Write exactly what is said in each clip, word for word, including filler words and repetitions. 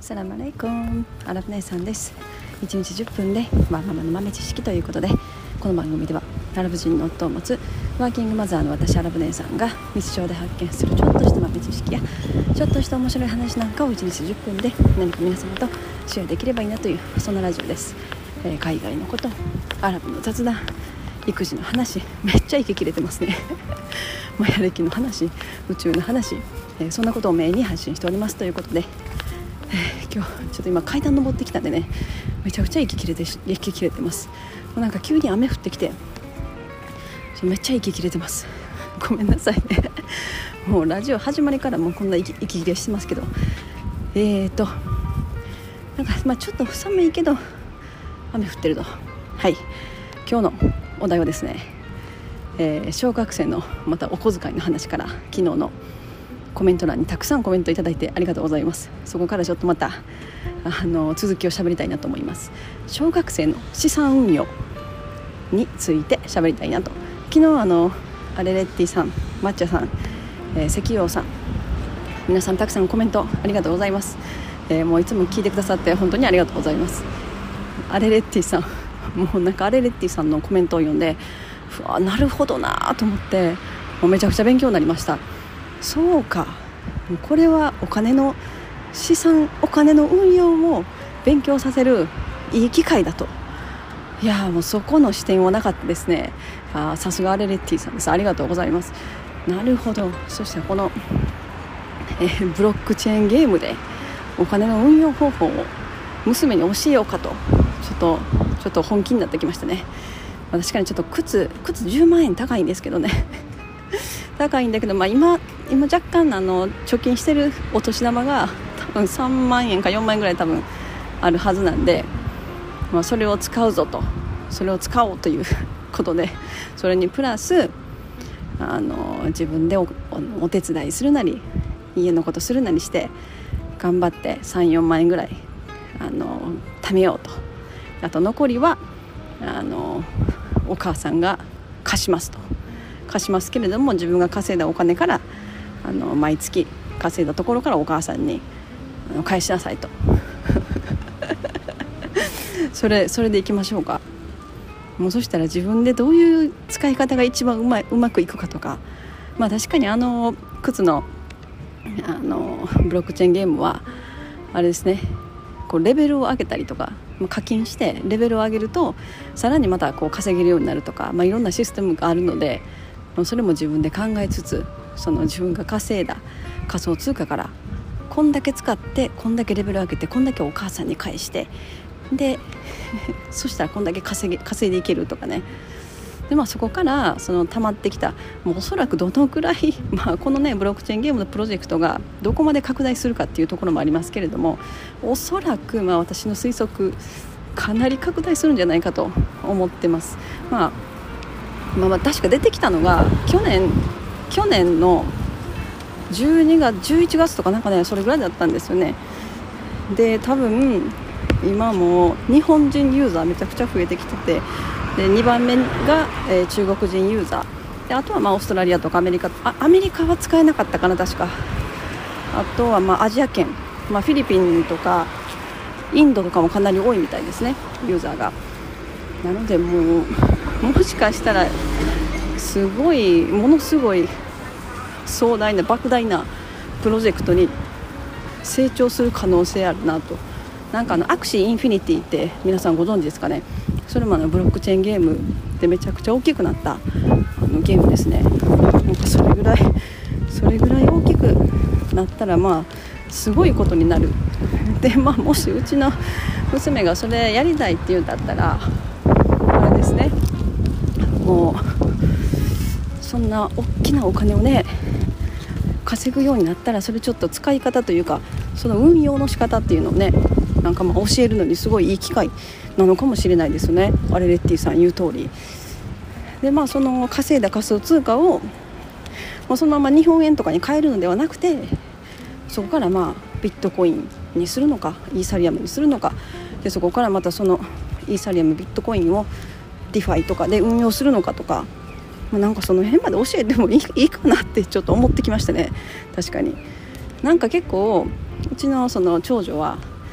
サラムアレイコン、アラブ姉さんです。いちにちじゅっぷんでワーママの豆知識ということで、この番組ではアラブ人の夫を持つワーキングマザーの私アラブ姉さんが日常で発見するちょっとした豆知識やちょっとした面白い話なんかをいちにちじゅっぷんで何か皆様とシェアできればいいなという、そんなラジオです。えー、海外のこと、アラブの雑談、育児の話、めっちゃ息切れてますねマヤ歴の話、宇宙の話、えー、そんなことをメインに発信しておりますということで、えー、今日ちょっと今階段登ってきたんでね、めちゃくちゃ息切れて息切れてます。もうなんか急に雨降ってきてめっちゃ息切れてます。ごめんなさいねもうラジオ始まりからもうこんな 息, 息切れしてますけど、えーとなんかまあちょっと寒いけど雨降ってると。はい、今日のお題はですね、えー、小学生のまたお小遣いの話から、昨日のコメント欄にたくさんコメントいただいてありがとうございます。そこからちょっとまたあの続きを喋りたいなと思います。小学生の資産運用について喋りたいなと。昨日あのアレレッティさん、マッチャさん、えー、石油王さん、皆さんたくさんコメントありがとうございます。えー、もういつも聞いてくださって本当にありがとうございます。アレレッティさん、もうなんかアレレッティさんのコメントを読んで、うわなるほどなと思って、もうめちゃくちゃ勉強になりました。そうか、これはお金の資産、お金の運用を勉強させるいい機会だと。いやもうそこの視点はなかったですね。あ、さすがアレレッティさんです。ありがとうございます。なるほど。そしてこの、えー、ブロックチェーンゲームでお金の運用方法を娘に教えようかと、ちょっとちょっと本気になってきましたね。確かにちょっと靴靴じゅうまんえん高いんですけどね高いんだけど、まあ、今, 今若干あの貯金してるお年玉が多分さんまんえんかよんまんえんぐらい多分あるはずなんで、まあ、それを使うぞと、それを使おうということで、それにプラスあの自分で お, お手伝いするなり家のことするなりして頑張ってさん、よんまんえんぐらいあの貯めようと。あと残りはあのお母さんが貸しますと。貸しますけれども、自分が稼いだお金からあの毎月稼いだところからお母さんにあの返しなさいとそれそれでいきましょうか。もうそしたら自分でどういう使い方が一番うまいうまくいくかとか、まあ確かにあの靴のあのブロックチェーンゲームはあれですね、こうレベルを上げたりとか課金してレベルを上げるとさらにまたこう稼げるようになるとか、まあ、いろんなシステムがあるので、それも自分で考えつつ、その自分が稼いだ仮想通貨からこんだけ使ってこんだけレベル上げてこんだけお母さんに返してでそしたらこんだけ稼ぎ稼いでいけるとかね。で、まあ、そこからその溜まってきた、もうおそらくどのくらい、まあ、このねブロックチェーンゲームのプロジェクトがどこまで拡大するかっていうところもありますけれども、おそらくまあ私の推測かなり拡大するんじゃないかと思ってます。まあ、まあ、まあ確か出てきたのが去年去年のじゅうにがつじゅういちがつとかなんかね、それぐらいだったんですよね。で多分今も日本人ユーザーめちゃくちゃ増えてきてて、でにばんめが、えー、中国人ユーザーで、あとはまあオーストラリアとかアメリカ、あアメリカは使えなかったかな確か。あとはまあアジア圏、まあ、フィリピンとかインドとかもかなり多いみたいですね、ユーザーが。なのでもうもしかしたらすごいものすごい壮大な莫大なプロジェクトに成長する可能性あるなと。なんかあのアクシーインフィニティって皆さんご存知ですかね。それもあのブロックチェーンゲームでめちゃくちゃ大きくなったあのゲームですね。なんかそれぐらいそれぐらい大きくなったらまあすごいことになる。で、まあ、もしうちの娘がそれやりたいって言うんだったらあれですね、もうそんな大きなお金をね稼ぐようになったら、それちょっと使い方というかその運用の仕方っていうのをね、なんかまあ教えるのにすごいいい機会なのかもしれないですね。アレレッティさん言う通りで、まあその稼いだ仮想通貨をもうそのまま日本円とかに変えるのではなくて、そこからまあビットコインにするのかイーサリアムにするのかで、そこからまたそのイーサリアムビットコインをディファイとかで運用するのかとか、まあ、なんかその辺まで教えてもいい、いいかなってちょっと思ってきましたね。確かになんか結構うちのその長女は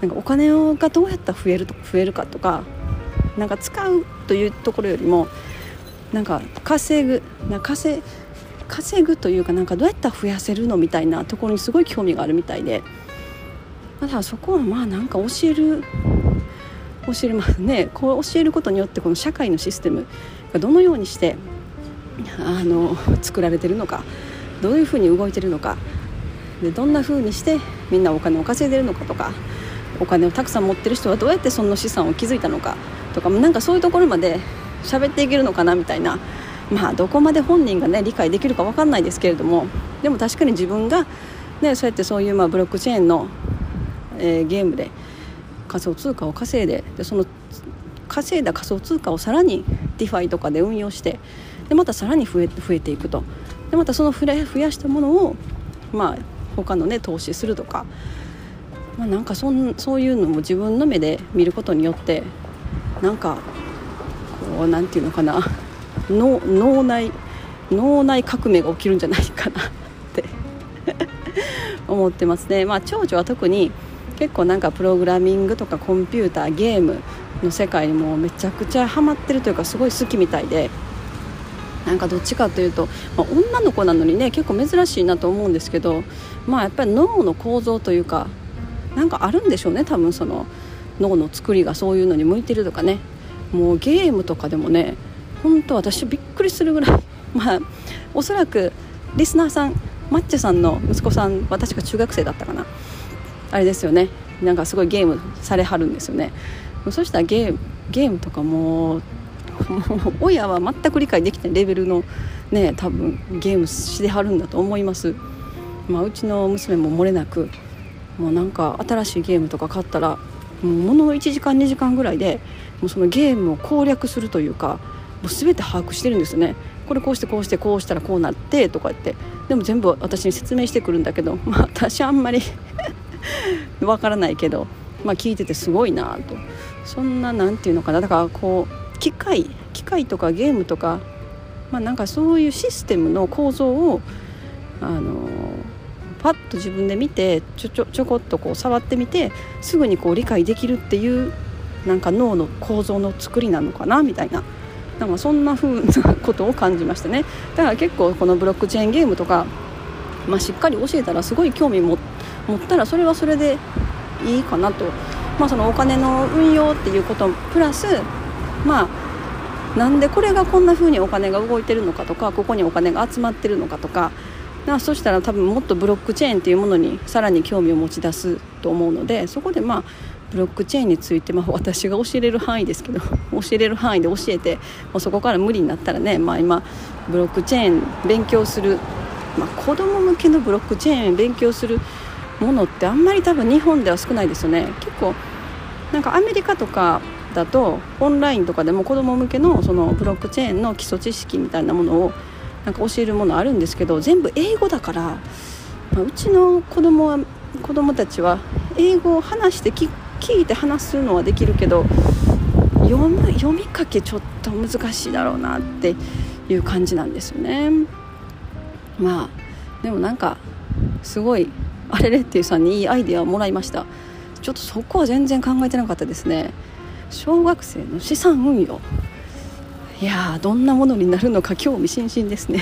なんかお金がどうやったら増えると増えるかとか、なんか使うというところよりもなんか稼ぐなんか稼稼ぐというか、なんかどうやったら増やせるのみたいなところにすごい興味があるみたいで、だからそこはまあなんか教える教えるますね。こう教えることによってこの社会のシステムがどのようにしてあの作られているのか、どういうふうに動いているのかで、どんなふうにしてみんなお金を稼いでいるのかとか、お金をたくさん持っている人はどうやってその資産を築いたのかとか、なんかそういうところまで喋っていけるのかなみたいな、まあどこまで本人がね理解できるか分かんないですけれども、でも確かに自分がねそうやってそういうまあブロックチェーンの、えー、ゲームで仮想通貨を稼いで、でその稼いだ仮想通貨をさらに ディファイ とかで運用して、でまたさらに増え、増えていくと、でまたその増やしたものをまあ他のね投資するとか、まあ、なんかそんそういうのも自分の目で見ることによって、なんかこうなんていうのかな、脳、脳内脳内革命が起きるんじゃないかなって思ってますね。まあ長女は特に結構なんかプログラミングとかコンピューターゲームの世界にもめちゃくちゃハマってるというか、すごい好きみたいで、なんかどっちかというと、まあ、女の子なのにね結構珍しいなと思うんですけど、まあやっぱり脳の構造というかなんかあるんでしょうね。多分その脳の作りがそういうのに向いてるとかね。もうゲームとかでもね、本当私びっくりするぐらいまあおそらくリスナーさん、マッチェさんの息子さん、私が中学生だったかな、あれですよね、なんかすごいゲームされはるんですよね。そしたらゲーム、ゲームとかも親は全く理解できないレベルのね、多分ゲームしてはるんだと思います。まあ、うちの娘も漏れなく、もうなんか新しいゲームとか買ったらもうものいちじかんにじかんぐらいでもうそのゲームを攻略するというか、もう全て把握してるんですよね。これこうしてこうしてこうしたらこうなってとか言って、でも全部私に説明してくるんだけど、まあ、私あんまりわからないけど、まあ、聞いててすごいなと。そんななんていうのかな、だからこう機械機械とかゲームとか、まあ、なんかそういうシステムの構造をあのパッと自分で見てちょちょちょこっとこう触ってみてすぐにこう理解できるっていうなんか脳の構造の作りなのかなみたいな、なんかそんな風なことを感じましたね。だから結構このブロックチェーンゲームとか、まあ、しっかり教えたらすごい興味も持ったらそれはそれでいいかなと。まあ、そのお金の運用っていうことプラス、まあ、なんでこれがこんな風にお金が動いてるのかとか、ここにお金が集まってるのかとか、なそしたら多分もっとブロックチェーンっていうものにさらに興味を持ち出すと思うので、そこでまあブロックチェーンについて、まあ、私が教えれる範囲ですけど教えれる範囲で教えて、まあ、そこから無理になったらね、まあ、今ブロックチェーン勉強する、まあ、子供向けのブロックチェーン勉強するものってあんまり多分日本では少ないですよね。結構なんかアメリカとかだとオンラインとかでも子供向けのそのブロックチェーンの基礎知識みたいなものをなんか教えるものあるんですけど、全部英語だから、まあ、うちの子供は子供たちは英語を話してき聞いて話すのはできるけど、読む読み書きちょっと難しいだろうなっていう感じなんですよね。まあでもなんかすごいあれレッティさんにいいアイデアをもらいました。ちょっとそこは全然考えてなかったですね。小学生の資産運用、いやーどんなものになるのか興味津々ですね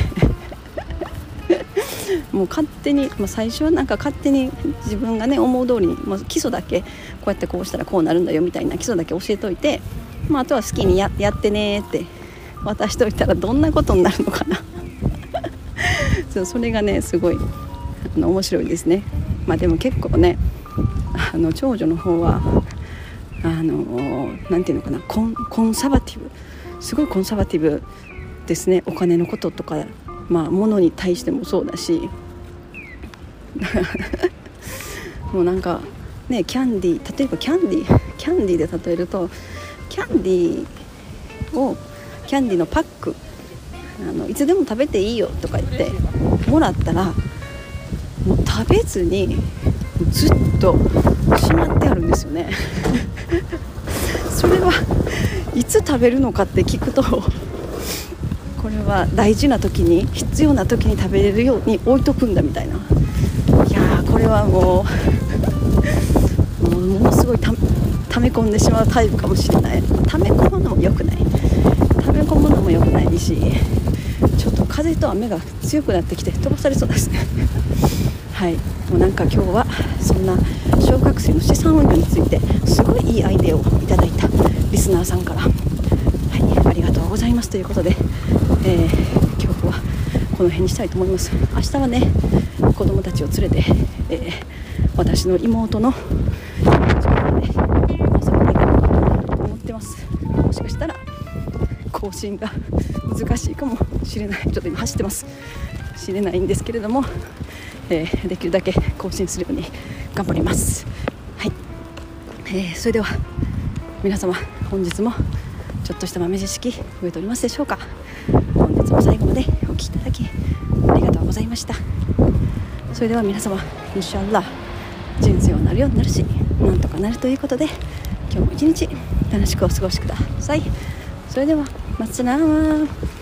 もう勝手に、まあ、最初はなんか勝手に自分がね思う通りに、まあ、基礎だけこうやってこうしたらこうなるんだよみたいな基礎だけ教えといて、まあ、あとは好きに や, やってねって渡しといたらどんなことになるのかなそうそれがねすごいあの面白いですね。まあでも結構ねあの長女の方はあのなんていうのかな、コン、コンサバティブ、すごいコンサバティブですね。お金のこととか、まあ、物に対してもそうだしもうなんかねキャンディー、例えばキャンディーキャンディーで例えると、キャンディーをキャンディーのパックあのいつでも食べていいよとか言ってもらったらもう食べずにずっとしまってあるんですよねそれはいつ食べるのかって聞くと、これは大事な時に必要な時に食べれるように置いとくんだみたいな。いやーこれはもうもうものすごいた溜め込んでしまうタイプかもしれない。溜め込むのも良くない溜め込むのも良くないし、ちょっと風と雨が強くなってきて飛ばされそうですねはい、もうなんか今日はそんな小学生の資産運用についてすごいいいアイデアをいただいたリスナーさんから、はい、ありがとうございますということで、えー、今日はこの辺にしたいと思います。明日はね子供たちを連れて、えー、私の妹の遊びに行こうと思ってます。もしかしたら更新が難しいかもしれない。ちょっと今走ってますしれないんですけれども、えー、できるだけ更新するように頑張ります。はい、えー、それでは皆様本日もちょっとした豆知識増えておりますでしょうか。本日も最後までお聞きいただきありがとうございました。それでは皆様インシャアラ人生はなるようになるしなんとかなるということで、今日も一日楽しくお過ごしください。それではまつなー。